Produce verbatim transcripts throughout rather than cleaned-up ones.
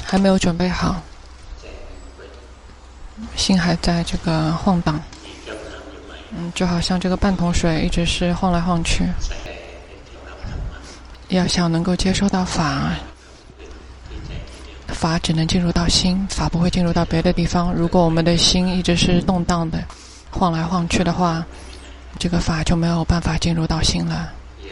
还没有准备好，心还在这个晃荡，嗯，就好像这个半桶水一直是晃来晃去。要想能够接收到法，法只能进入到心，法不会进入到别的地方。如果我们的心一直是动荡的，晃来晃去的话，这个法就没有办法进入到心了。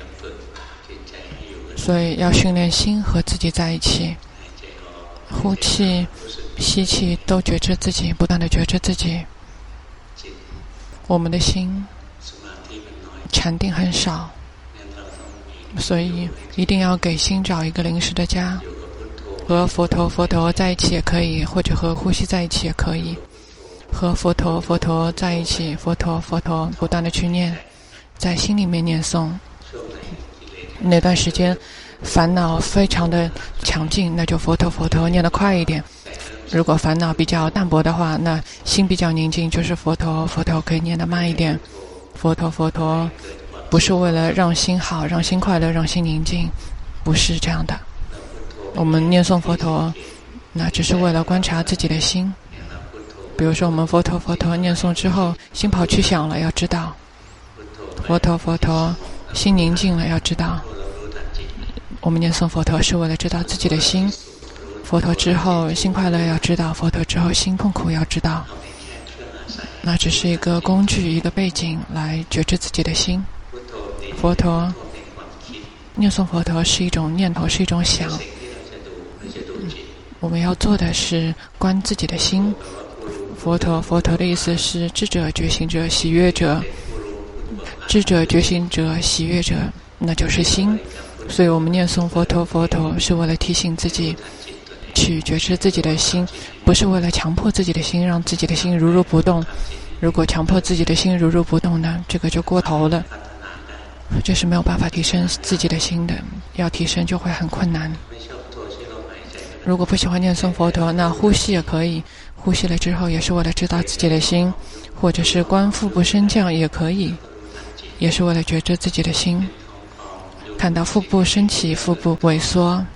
所以要训练心和自己在一起，呼气、吸气都觉知自己，不断的觉知自己。我们的心禅定很少，所以一定要给心找一个临时的家，和佛陀佛陀在一起也可以，或者和呼吸在一起也可以。和佛陀佛陀在一起，佛陀佛陀不断的去念，在心里面念诵。那段时间烦恼非常的强劲，那就佛陀佛陀念得快一点。如果烦恼比较淡薄的话，那心比较宁静，就是佛陀佛陀可以念得慢一点。佛陀佛陀不是为了让心好，让心快乐，让心宁静，不是这样的。我们念诵佛陀，那只是为了观察自己的心。比如说我们佛陀佛陀念诵之后，心跑去想了，要知道佛陀佛陀心宁静了，要知道我们念诵佛陀是为了知道自己的心。佛陀之后心快乐，要知道佛陀之后心痛苦，要知道那只是一个工具，一个背景来觉知自己的心。佛陀念诵佛陀是一种念头，是一种想，我们要做的是观自己的心。佛陀佛陀的意思是知者、觉醒者、喜悦者。知者、觉醒者、喜悦者，那就是心。所以我们念诵佛陀佛陀是为了提醒自己去觉知自己的心，不是为了强迫自己的心，让自己的心如如不动。如果强迫自己的心如如不动呢，这个就过头了，这是没有办法提升自己的心的，要提升就会很困难。如果不喜欢念诵佛陀，那呼吸也可以，呼吸了之后也是为了知道自己的心，或者是观腹部升降也可以，也是为了觉知自己的心。看到腹部升起，腹部萎缩，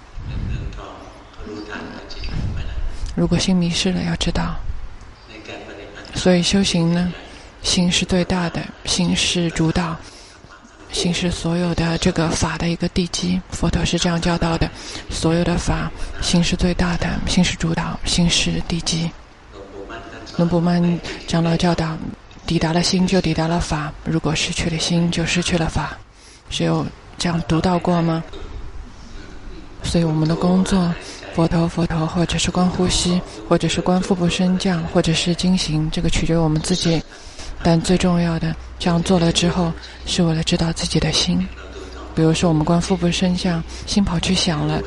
如果心迷失了，要知道。所以修行呢，心是最大的，心是主导，心是所有的这个法的一个地基。佛陀是这样教导的，所有的法心是最大的，心是主导，心是地基。伦布曼长老教导，抵达了心就抵达了法，如果失去了心就失去了法。只有这样读到过吗？所以我们的工作，佛陀佛陀，或者是观呼吸，或者是观腹部升降，或者是经行，这个取决于我们自己。但最重要的，这样做了之后是为了知道自己的心。比如说我们观腹部升降，心跑去想了，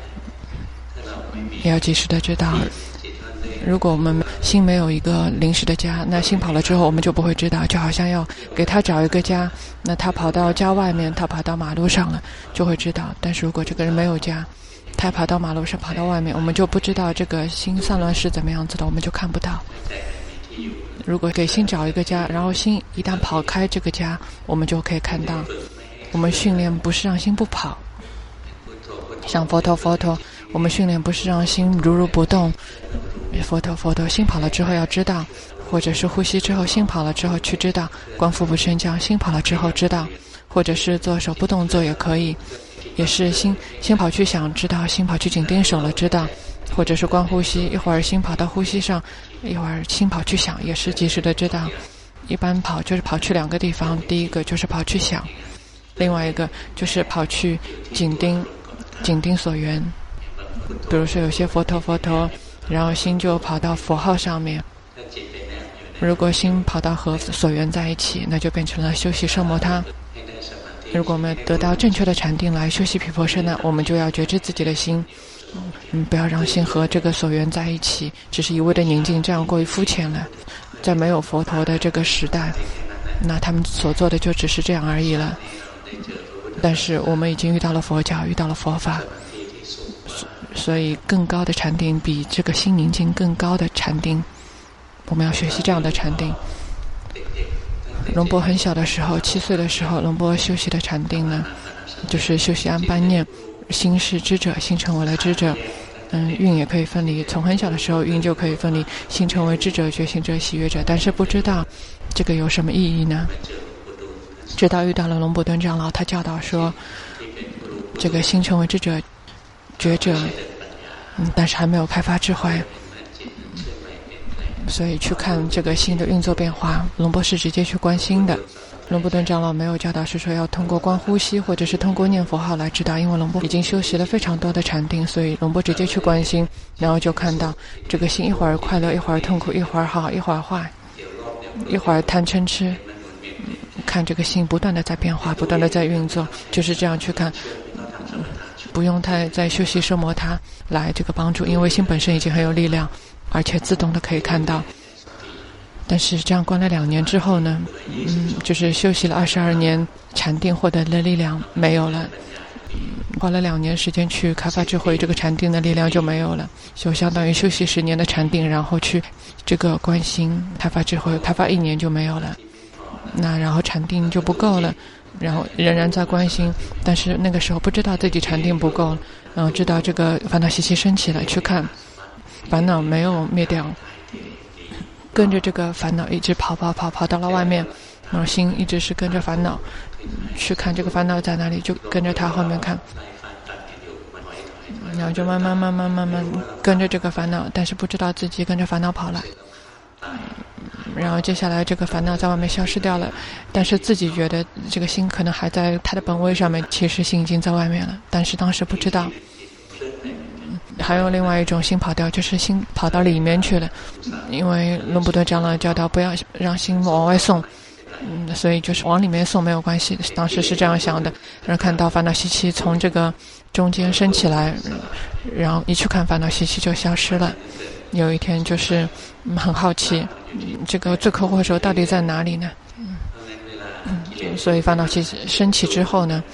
也要及时的知道。如果我们心没有一个临时的家，那心跑了之后我们就不会知道，就好像要给他找一个家，那他跑到家外面，他跑到马路上了就会知道。但是如果这个人没有家，他跑到马路上，跑到外面，我们就不知道这个心散乱是怎么样子的，我们就看不到。如果给心找一个家，然后心一旦跑开这个家，我们就可以看到。我们训练不是让心不跑，像佛陀佛陀，我们训练不是让心如如不动。佛陀佛陀，心跑了之后要知道，或者是呼吸之后心跑了之后去知道，观腹部升降，心跑了之后知道，或者是做手部动作也可以，也是心心跑去想知道，心跑去紧盯手了知道，或者是观呼吸，一会儿心跑到呼吸上，一会儿心跑去想，也是及时的知道。一般跑就是跑去两个地方，第一个就是跑去想，另外一个就是跑去紧盯紧盯所缘。比如说有些佛陀佛陀，然后心就跑到佛号上面，如果心跑到和所缘在一起，那就变成了修习奢摩他。如果我们得到正确的禅定来修习毗婆舍那，我们就要觉知自己的心，嗯，不要让心和这个所缘在一起，只是一味的宁静，这样过于肤浅了。在没有佛陀的这个时代，那他们所做的就只是这样而已了。但是我们已经遇到了佛教，遇到了佛法，所以更高的禅定比这个心宁静更高的禅定，我们要学习这样的禅定。龙波很小的时候，七岁的时候，龙波修习的禅定呢，就是修习安般念，心是知者，心成为了知者。 嗯，运也可以分离，从很小的时候运就可以分离，心成为智者、觉醒者、喜悦者，但是不知道这个有什么意义呢？直到遇到了龙普顿长老，他教导说，这个心成为智者、觉者，嗯，但是还没有开发智慧，所以去看这个心的运作变化。龙波是直接去观心的。龙普顿长老没有教导是说要通过观呼吸或者是通过念佛号来知道，因为龙波已经修习了非常多的禅定，所以龙波直接去观心，然后就看到这个心一会儿快乐，一会儿痛苦，一会儿好，一会儿坏，一会儿贪嗔痴，看这个心不断的在变化，不断的在运作，就是这样去看，不用太在修习奢摩他来这个帮助，因为心本身已经很有力量，而且自动的可以看到。但是这样观了两年之后呢，嗯，就是休息了二十二年禅定获得的力量没有了，花了两年时间去开发智慧，这个禅定的力量就没有了，就相当于休息十年的禅定，然后去这个观心开发智慧，开发一年就没有了，那然后禅定就不够了，然后仍然在观心，但是那个时候不知道自己禅定不够，然后知道这个烦恼习气升起了，去看烦恼没有灭掉，跟着这个烦恼一直跑跑跑跑到了外面，然后心一直是跟着烦恼去看这个烦恼在哪里，就跟着他后面看，然后就慢慢慢慢慢慢跟着这个烦恼，但是不知道自己跟着烦恼跑了，然后接下来这个烦恼在外面消失掉了，但是自己觉得这个心可能还在他的本位上面，其实心已经在外面了，但是当时不知道。还有另外一种心跑掉，就是心跑到里面去了，因为龙普顿长老教导不要让心往外送，嗯，所以就是往里面送没有关系，当时是这样想的，然后看到烦恼习气从这个中间升起来，然后一去看烦恼习气就消失了。有一天就是、嗯、很好奇、嗯、这个罪魁祸首到底在哪里呢？嗯嗯，所以烦恼习气升起之后呢，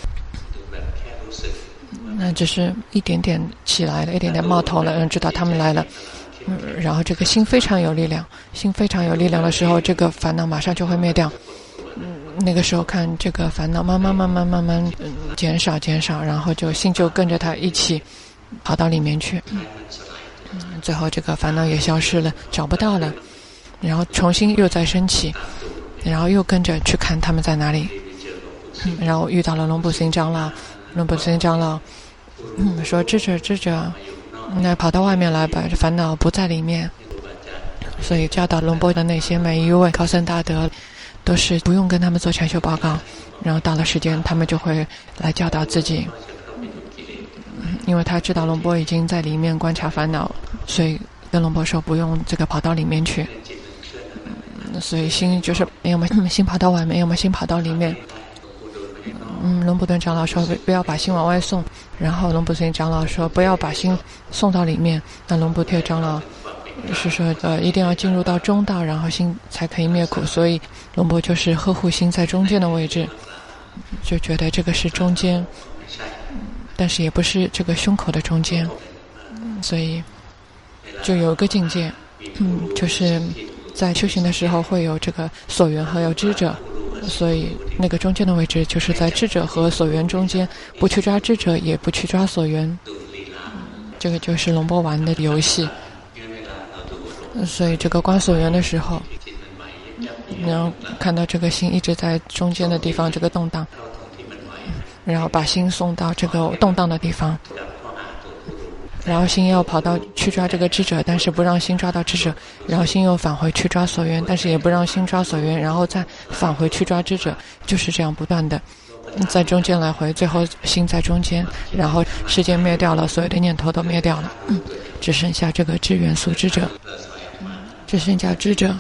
那只是一点点起来了，一点点冒头了，嗯，知道他们来了，嗯，然后这个心非常有力量，心非常有力量的时候，这个烦恼马上就会灭掉。嗯，那个时候看这个烦恼慢慢慢慢慢慢、嗯、减少减少，然后就心就跟着它一起跑到里面去，嗯，最后这个烦恼也消失了，找不到了，然后重新又再升起，然后又跟着去看他们在哪里，嗯，然后遇到了龙普行长老，龙普行长老。嗯，说智者智者，那跑到外面来吧，烦恼不在里面。所以教导龙波的那些每一位高僧大德，都是不用跟他们做禅修报告，然后到了时间，他们就会来教导自己。嗯，因为他知道龙波已经在里面观察烦恼，所以跟龙波说不用这个跑到里面去。嗯，所以心就是要么心跑到外面，要么心跑到里面。嗯，龙普顿长老说不要把心往外送，然后龙普顿长老说不要把心送到里面，那龙普特长老是说呃一定要进入到中道，然后心才可以灭苦，所以龙波就是呵护心在中间的位置，就觉得这个是中间，但是也不是这个胸口的中间，所以就有一个境界，嗯，就是在修行的时候会有这个所缘和有知者，所以那个中间的位置就是在智者和所缘中间，不去抓智者，也不去抓所缘，这个就是龙波玩的游戏。所以这个观所缘的时候，然后看到这个心一直在中间的地方这个动荡，然后把心送到这个动荡的地方，然后心又跑到去抓这个智者，但是不让心抓到智者，然后心又返回去抓所缘，但是也不让心抓所缘，然后再返回去抓智者，就是这样不断的在中间来回，最后心在中间，然后世界灭掉了，所有的念头都灭掉了，嗯，只剩下这个智元素智者，只剩下智者，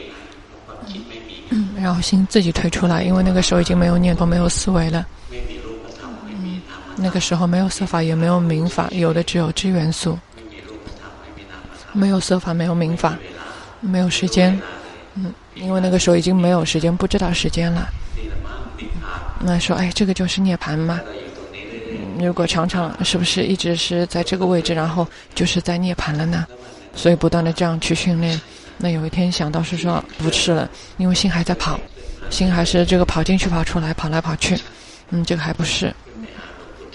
嗯，然后心自己退出来，因为那个时候已经没有念头，没有思维了。那个时候没有色法，也没有名法，有的只有知元素，没有色法，没有名法，没有时间，嗯，因为那个时候已经没有时间，不知道时间了。那说，哎，这个就是涅槃吗？如果常常是不是一直是在这个位置，然后就是在涅槃了呢？所以不断的这样去训练。那有一天想到是说不是了，因为心还在跑，心还是这个跑进去跑出来，跑来跑去，嗯，这个还不是。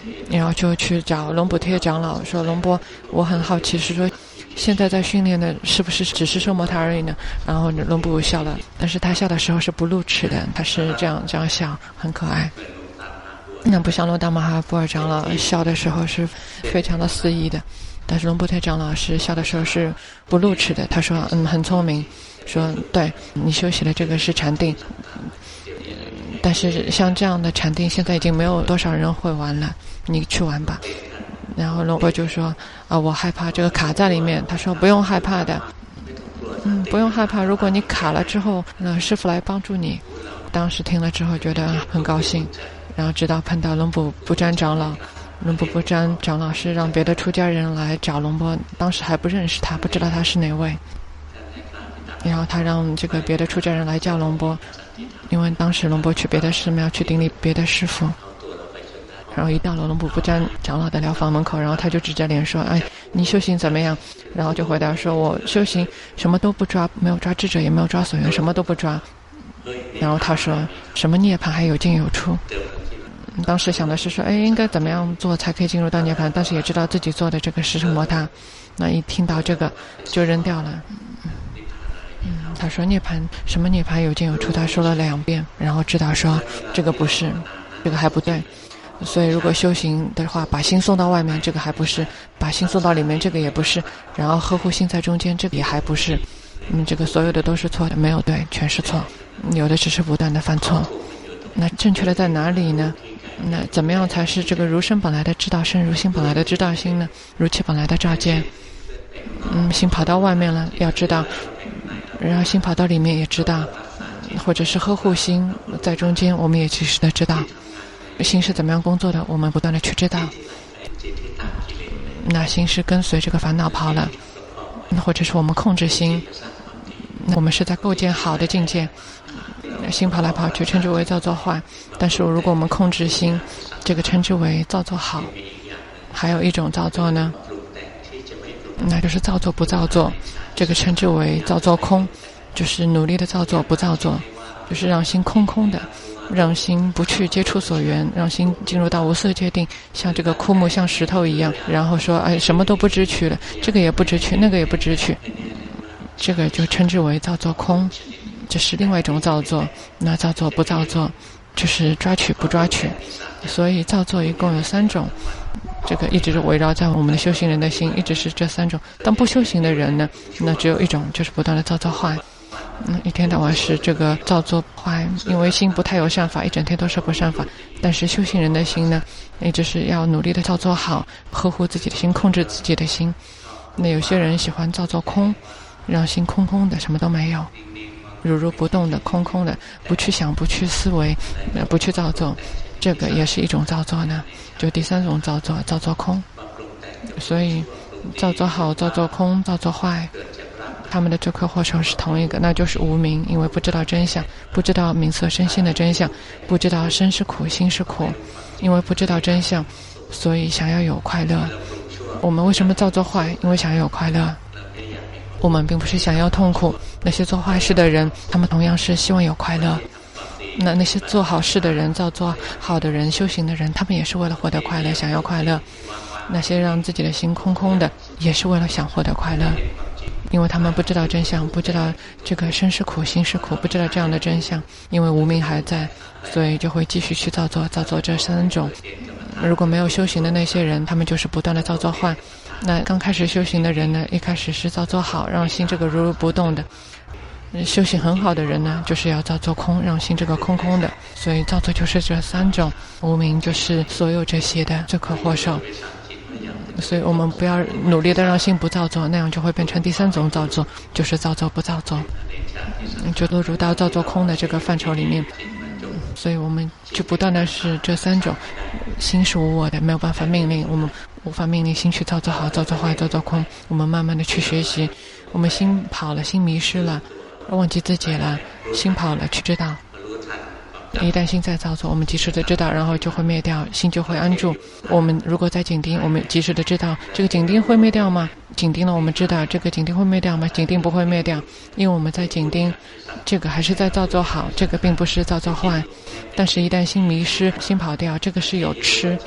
然后就去找龙补贴长老说，龙波，我很好奇，是说现在在训练的是不是只是圣摩他而已呢？然后龙布笑了，但是他笑的时候是不露齿的，他是这样这样笑，很可爱。那不像罗达玛哈布尔长老笑的时候是非常的肆意的，但是龙布特长老是笑的时候是不露齿的。他说嗯，很聪明，说对，你修习的这个是禅定，但是像这样的禅定现在已经没有多少人会玩了，你去玩吧。然后龙波就说啊，我害怕这个卡在里面。他说不用害怕的，嗯，不用害怕，如果你卡了之后，那师父来帮助你。当时听了之后觉得很高兴，然后直到碰到龙布不沾长老，龙布不沾长老是让别的出家人来找龙波，当时还不认识他，不知道他是哪位。然后他让这个别的出家人来叫龙波，因为当时龙波去别的寺庙去顶礼别的师父。然后一到了龙布不沾长老的疗房门口，然后他就指着脸说，哎，你修行怎么样？然后就回答说，我修行什么都不抓，没有抓智者，也没有抓所缘，什么都不抓。然后他说什么涅槃还有进有出。当时想的是说，哎，应该怎么样做才可以进入到涅槃，但是也知道自己做的这个是圣摩他，那一听到这个就扔掉了。嗯，他说涅槃什么涅槃有进有出，他说了两遍，然后知道说这个不是，这个还不对。所以如果修行的话，把心送到外面，这个还不是；把心送到里面，这个也不是；然后呵护心在中间，这个也还不是。嗯，这个所有的都是错的，没有对，全是错，有的只是不断的犯错。那正确的在哪里呢？那怎么样才是这个如身本来的知道身，如心本来的知道心呢？如气本来的照见。嗯，心跑到外面了，要知道；然后心跑到里面也知道，或者是呵护心在中间，我们也及时的知道。心是怎么样工作的，我们不断的去知道。那心是跟随这个烦恼跑了，或者是我们控制心，我们是在构建好的境界，心跑来跑去称之为造作坏。但是如果我们控制心，这个称之为造作好。还有一种造作呢，那就是造作不造作，这个称之为造作空，就是努力的造作不造作，就是让心空空的，让心不去接触所缘，让心进入到无色界定，像这个枯木像石头一样，然后说哎，什么都不知取了，这个也不知取，那个也不知取，这个就称之为造作空，这是另外一种造作。那造作不造作就是抓取不抓取。所以造作一共有三种，这个一直是围绕在我们的修行人的心，一直是这三种。当不修行的人呢，那只有一种，就是不断的造作坏。嗯，一天到晚是这个造作坏，因为心不太有善法，一整天都是不善法。但是修行人的心呢，一直是要努力的造作好，呵护自己的心，控制自己的心。那有些人喜欢造作空，让心空空的，什么都没有，如如不动的，空空的，不去想，不去思维，不去造作，这个也是一种造作呢，就第三种造作，造作空。所以造作好，造作空，造作坏，他们的罪魁祸首是同一个，那就是无明。因为不知道真相，不知道名色身心的真相，不知道身是苦，心是苦。因为不知道真相，所以想要有快乐。我们为什么造作坏？因为想要有快乐。我们并不是想要痛苦。那些做坏事的人，他们同样是希望有快乐。那那些做好事的人，造作好的人，修行的人，他们也是为了获得快乐，想要快乐。那些让自己的心空空的，也是为了想获得快乐。因为他们不知道真相，不知道这个身是苦，心是苦，不知道这样的真相，因为无明还在，所以就会继续去造作，造作这三种。如果没有修行的那些人，他们就是不断的造作坏。那刚开始修行的人呢，一开始是造作好，让心这个如如不动的。修行很好的人呢，就是要造作空，让心这个空空的。所以造作就是这三种，无明就是所有这些的罪魁祸首。所以我们不要努力的让心不造作，那样就会变成第三种造作，就是造作不造作，就落入到造作空的这个范畴里面。所以我们就不断的是这三种，心是无我的，没有办法命令，我们无法命令心去造作好，造作坏，造作空。我们慢慢的去学习，我们心跑了，心迷失了，忘记自己了，心跑了，去知道。一旦心在造作，我们及时的知道，然后就会灭掉，心就会安住。我们如果在紧盯，我们及时的知道这个紧盯会灭掉吗？紧盯了，我们知道这个紧盯会灭掉吗？紧盯不会灭掉，因为我们在紧盯，这个还是在造作好，这个并不是造作坏。但是一旦心迷失，心跑掉，这个是有痴，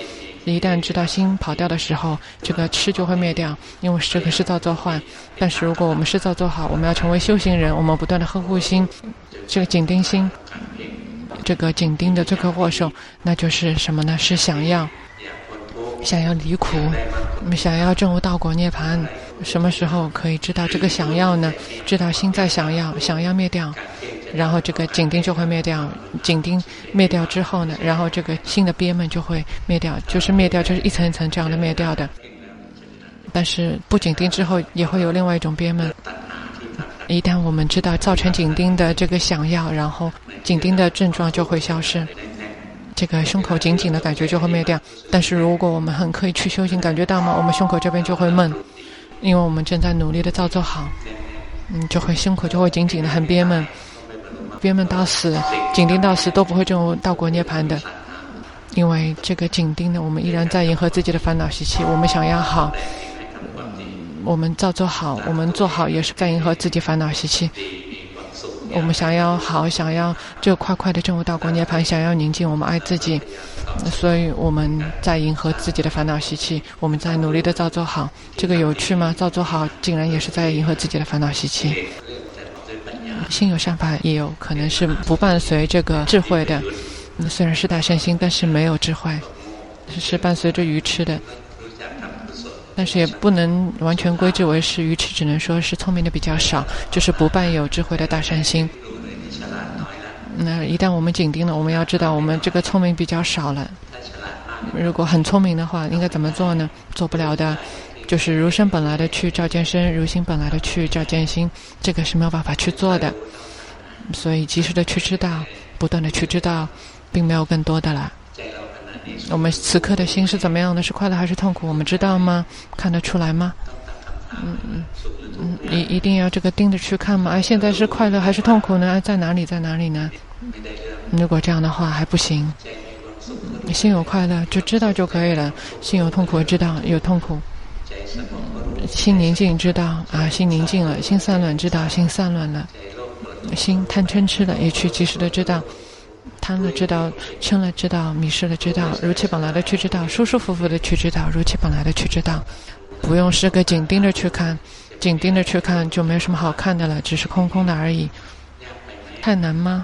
一旦知道心跑掉的时候，这个痴就会灭掉，因为这个是造作坏。但是如果我们是造作好，我们要成为修行人，我们不断的呵护心，这个紧盯心，这个紧盯的罪魁祸首，那就是什么呢？是想要想要离苦，想要证悟道果涅槃。什么时候可以知道这个想要呢？知道心在想要，想要灭掉，然后这个紧盯就会灭掉。紧盯灭掉之后呢，然后这个心的憋闷就会灭掉，就是灭掉，就是一层一层这样的灭掉的。但是不紧盯之后也会有另外一种憋闷。一旦我们知道造成紧盯的这个想要，然后紧盯的症状就会消失，这个胸口紧紧的感觉就会灭掉。但是如果我们很刻意去修行，感觉到吗？我们胸口这边就会闷，因为我们正在努力的造作好，嗯，就会胸口就会紧紧的很憋闷，憋闷到死，紧盯到死都不会证悟道果涅槃的。因为这个紧盯呢，我们依然在迎合自己的烦恼习气，我们想要好，我们造作好，我们做好也是在迎合自己烦恼习气。我们想要好，想要就快快的证悟道果涅槃，想要宁静，我们爱自己，所以我们在迎合自己的烦恼习气，我们在努力的造作好。这个有趣吗？造作好竟然也是在迎合自己的烦恼习气。心有善法也有可能是不伴随这个智慧的，虽然是大圣心，但是没有智慧，是伴随着愚痴的。但是也不能完全归之为是愚痴，只能说是聪明的比较少，就是不伴有智慧的大善心。那一旦我们紧盯了，我们要知道我们这个聪明比较少了。如果很聪明的话，应该怎么做呢？做不了的，就是如身本来的去照见身，如心本来的去照见心，这个是没有办法去做的。所以及时的去知道，不断的去知道，并没有更多的了。我们此刻的心是怎么样的？是快乐还是痛苦？我们知道吗？看得出来吗？嗯嗯嗯，一一定要这个盯着去看吗？哎，现在是快乐还是痛苦呢？哎，在哪里？在哪里呢？如果这样的话还不行。心有快乐就知道就可以了，心有痛苦知道有痛苦。心宁静知道啊，心宁静了；心散乱知道心散乱了；心贪嗔痴了也去及时的知道。贪了知道，嗔了知道，迷失了知道，如其本来的去知道，舒舒服服的去知道，如其本来的去知道。不用是个紧盯着去看，紧盯着去看就没什么好看的了，只是空空的而已。太难吗？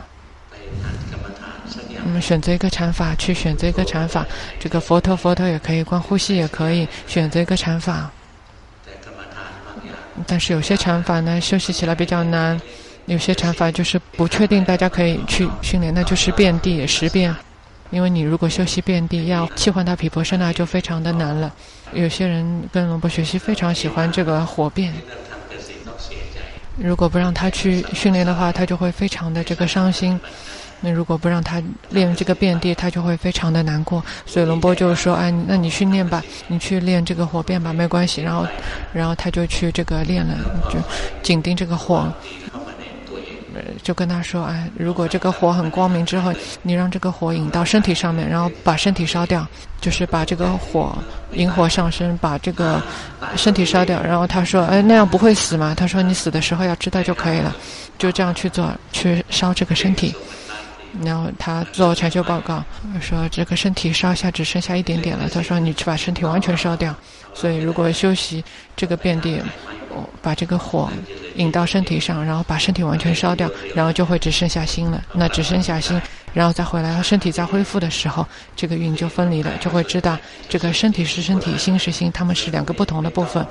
嗯，选择一个禅法，去选择一个禅法，这个佛陀佛陀也可以，观呼吸也可以，选择一个禅法。但是有些禅法呢，修习起来比较难。有些禅法就是不确定大家可以去训练，那就是遍地十遍。因为你如果修习遍地，要切换到毗婆舍那就非常的难了。有些人跟龙婆学习非常喜欢这个火遍，如果不让他去训练的话，他就会非常的这个伤心。那如果不让他练这个遍地，他就会非常的难过。所以龙波就说，哎，那你训练吧，你去练这个火遍吧，没关系。然后然后他就去这个练了，就紧盯这个火，就跟他说，哎，如果这个火很光明之后，你让这个火引到身体上面，然后把身体烧掉，就是把这个火引火上身，把这个身体烧掉。然后他说，哎，那样不会死吗？他说你死的时候要知道就可以了，就这样去做，去烧这个身体。然后他做禅修报告说，这个身体烧下只剩下一点点了。他说你去把身体完全烧掉。所以如果休息这个遍地，把这个火引到身体上，然后把身体完全烧掉，然后就会只剩下心了。那只剩下心，然后再回来，身体再恢复的时候，这个运就分离了，就会知道这个身体是身体，心是心，它们是两个不同的部分。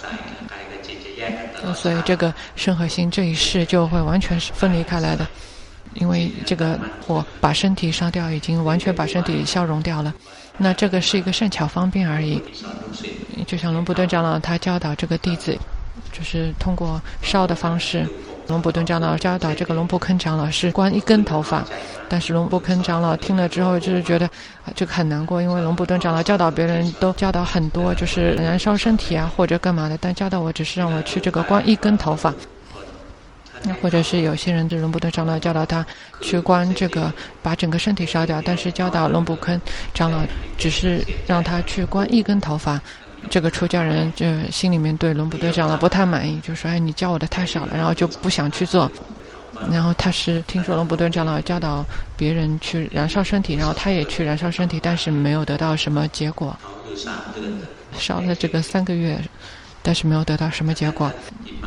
所以这个身和心这一世就会完全是分离开来的。因为这个火把身体烧掉，已经完全把身体消融掉了。那这个是一个善巧方便而已。就像龙普顿长老他教导这个弟子，就是通过烧的方式。龙普顿长老教导这个龙布坑长老是关一根头发，但是龙布坑长老听了之后就是觉得、啊、这个很难过，因为龙普顿长老教导别人都教导很多，就是燃烧身体啊或者干嘛的，但教导我只是让我去这个关一根头发。或者是有些人对龙布顿长老教导他去观这个把整个身体烧掉，但是教导龙布坑长老只是让他去观一根头发。这个出家人就心里面对龙布顿长老不太满意，就说，哎，你教我的太少了，然后就不想去做。 然后他是听说龙普顿长老教导别人去燃烧身体，然后他也去燃烧身体，但是没有得到什么结果，烧了这个三个月，但是没有得到什么结果。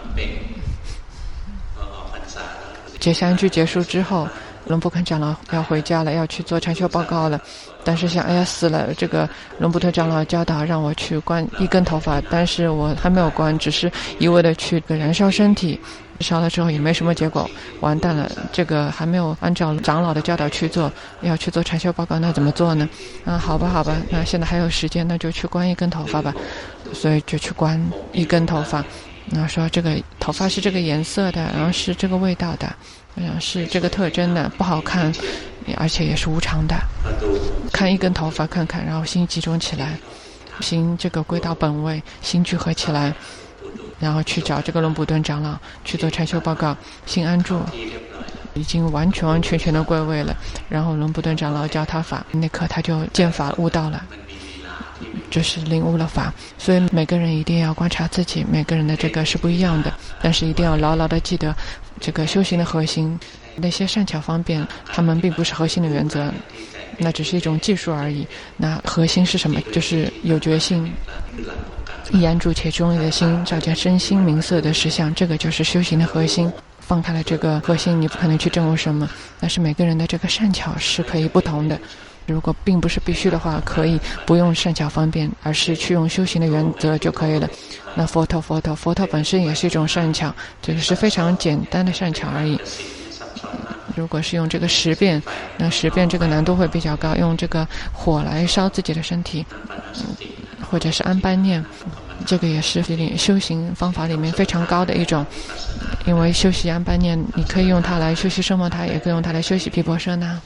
结下安居结束之后，龙普顿长老要回家了，要去做禅修报告了。但是想，哎呀死了，这个龙普顿长老教导让我去关一根头发，但是我还没有关，只是一味的去燃烧身体，烧了之后也没什么结果，完蛋了，这个还没有按照长老的教导去做，要去做禅修报告，那怎么做呢？啊，好吧好吧，那现在还有时间，那就去关一根头发吧，所以就去关一根头发。然后说这个头发是这个颜色的，然后是这个味道的，然后是这个特征的，不好看，而且也是无常的。看一根头发看看，然后心集中起来，心这个归到本位，心聚合起来，然后去找这个龙普顿长老去做禅修报告，心安住，已经完全完全全的归位了。然后龙普顿长老教他法，那刻他就见法悟道了，就是领悟了法。所以每个人一定要观察自己，每个人的这个是不一样的，但是一定要牢牢的记得这个修行的核心。那些善巧方便他们并不是核心的原则，那只是一种技术而已。那核心是什么？就是有决心，一安住且中立的心，照见身心明色的实相，这个就是修行的核心。放开了这个核心，你不可能去证悟什么。但是每个人的这个善巧是可以不同的，如果并不是必须的话，可以不用善巧方便，而是去用修行的原则就可以了。那佛陀佛陀佛陀本身也是一种善巧，这个是非常简单的善巧而已。如果是用这个十遍，那十遍这个难度会比较高，用这个火来烧自己的身体，或者是安般念，这个也是修行方法里面非常高的一种。因为修习安般念，你可以用它来修习奢摩他，也可以用它来修习毗婆舍那。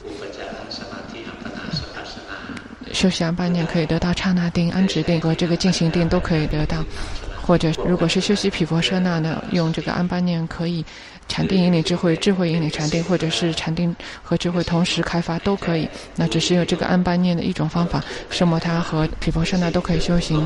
修习安般念可以得到刹那定、安止定和这个静行定都可以得到，或者如果是修习毗婆舍那呢，用这个安般念可以禅定引领智慧，智慧引领禅定，或者是禅定和智慧同时开发都可以。那只是有这个安般念的一种方法，奢摩他和毗婆舍那都可以修行。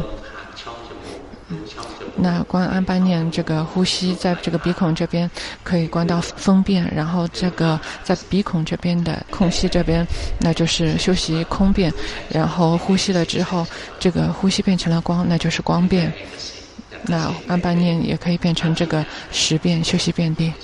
那观安般念这个呼吸，在这个鼻孔这边可以观到风变，然后这个在鼻孔这边的空隙这边，那就是修习空变，然后呼吸了之后，这个呼吸变成了光，那就是光变。那安般念也可以变成这个十变，修习遍地。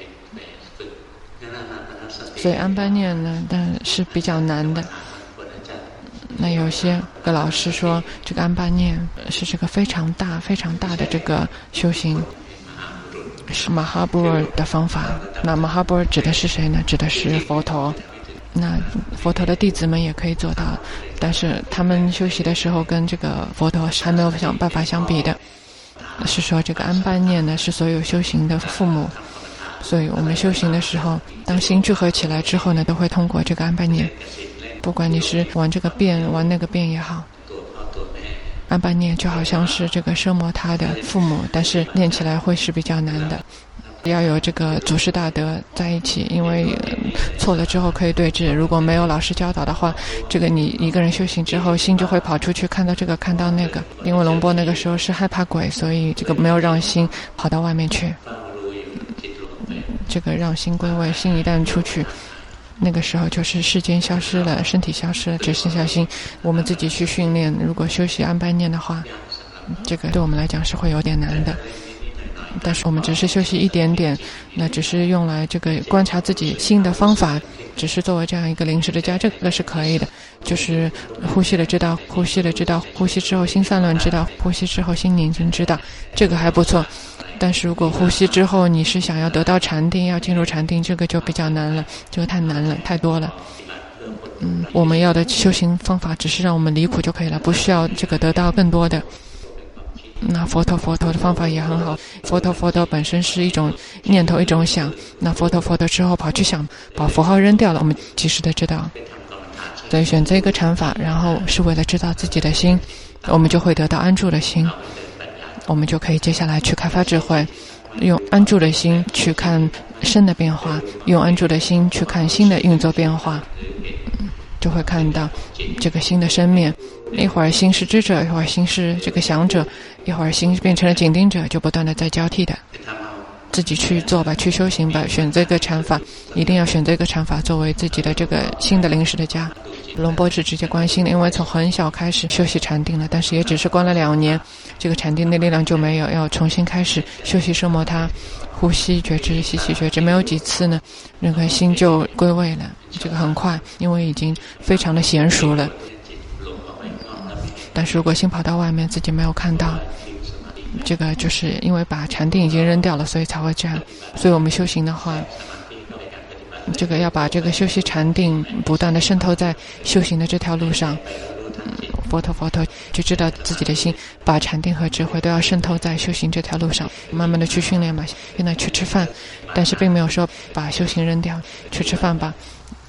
所以安般念呢，但是比较难的。那有些个老师说，这个安般念是这个非常大、非常大的这个修行，是马哈布尔的方法。那马哈布尔指的是谁呢？指的是佛陀。那佛陀的弟子们也可以做到，但是他们修习的时候跟这个佛陀还没有想办法相比的。是说这个安般念呢，是所有修行的父母。所以我们修行的时候，当心聚合起来之后呢，都会通过这个安般念。不管你是玩这个变玩那个变也好，安般念就好像是这个奢摩他的父母，但是练起来会是比较难的，要有这个祖师大德在一起，因为、呃、错了之后可以对峙。如果没有老师教导的话，这个你一个人修行之后，心就会跑出去看到这个看到那个。因为龙波那个时候是害怕鬼，所以这个没有让心跑到外面去，这个让心归位，心一旦出去，那个时候就是世间消失了，身体消失了，只剩下心。我们自己去训练，如果修习安般念的话，这个对我们来讲是会有点难的。但是我们只是休息一点点，那只是用来这个观察自己心的方法，只是作为这样一个临时的家，这个是可以的。就是呼吸了知道，呼吸了知道，呼吸之后心散乱知道，呼吸之后心宁静知道，这个还不错。但是如果呼吸之后你是想要得到禅定，要进入禅定，这个就比较难了，这个太难了，太多了。嗯，我们要的修行方法只是让我们离苦就可以了，不需要这个得到更多的。那佛陀佛陀的方法也很好，佛陀佛陀本身是一种念头，一种想，那佛陀佛陀之后跑去想，把符号扔掉了，我们及时的知道。所以选择一个禅法，然后是为了知道自己的心，我们就会得到安住的心，我们就可以接下来去开发智慧，用安住的心去看身的变化，用安住的心去看心的运作变化，就会看到这个心的生面。一会儿心是知者，一会儿心是这个想者，一会儿心变成了紧盯者，就不断的在交替的。 自己去做吧，去修行吧，选这个禅法，一定要选这个禅法作为自己的这个新的临时的家。龙波是直接关心的，因为从很小开始修习禅定了，但是也只是关了两年，这个禅定的力量就没有，要重新开始修习奢摩他，呼吸觉知，吸气觉知，没有几次呢，那个心就归位了，这个很快，因为已经非常的娴熟了。但是如果心跑到外面，自己没有看到，这个就是因为把禅定已经扔掉了，所以才会这样。所以我们修行的话，这个要把这个修习禅定不断的渗透在修行的这条路上，嗯，佛陀佛陀就知道自己的心，把禅定和智慧都要渗透在修行这条路上，慢慢的去训练吧。现在去吃饭，但是并没有说把修行扔掉，去吃饭吧，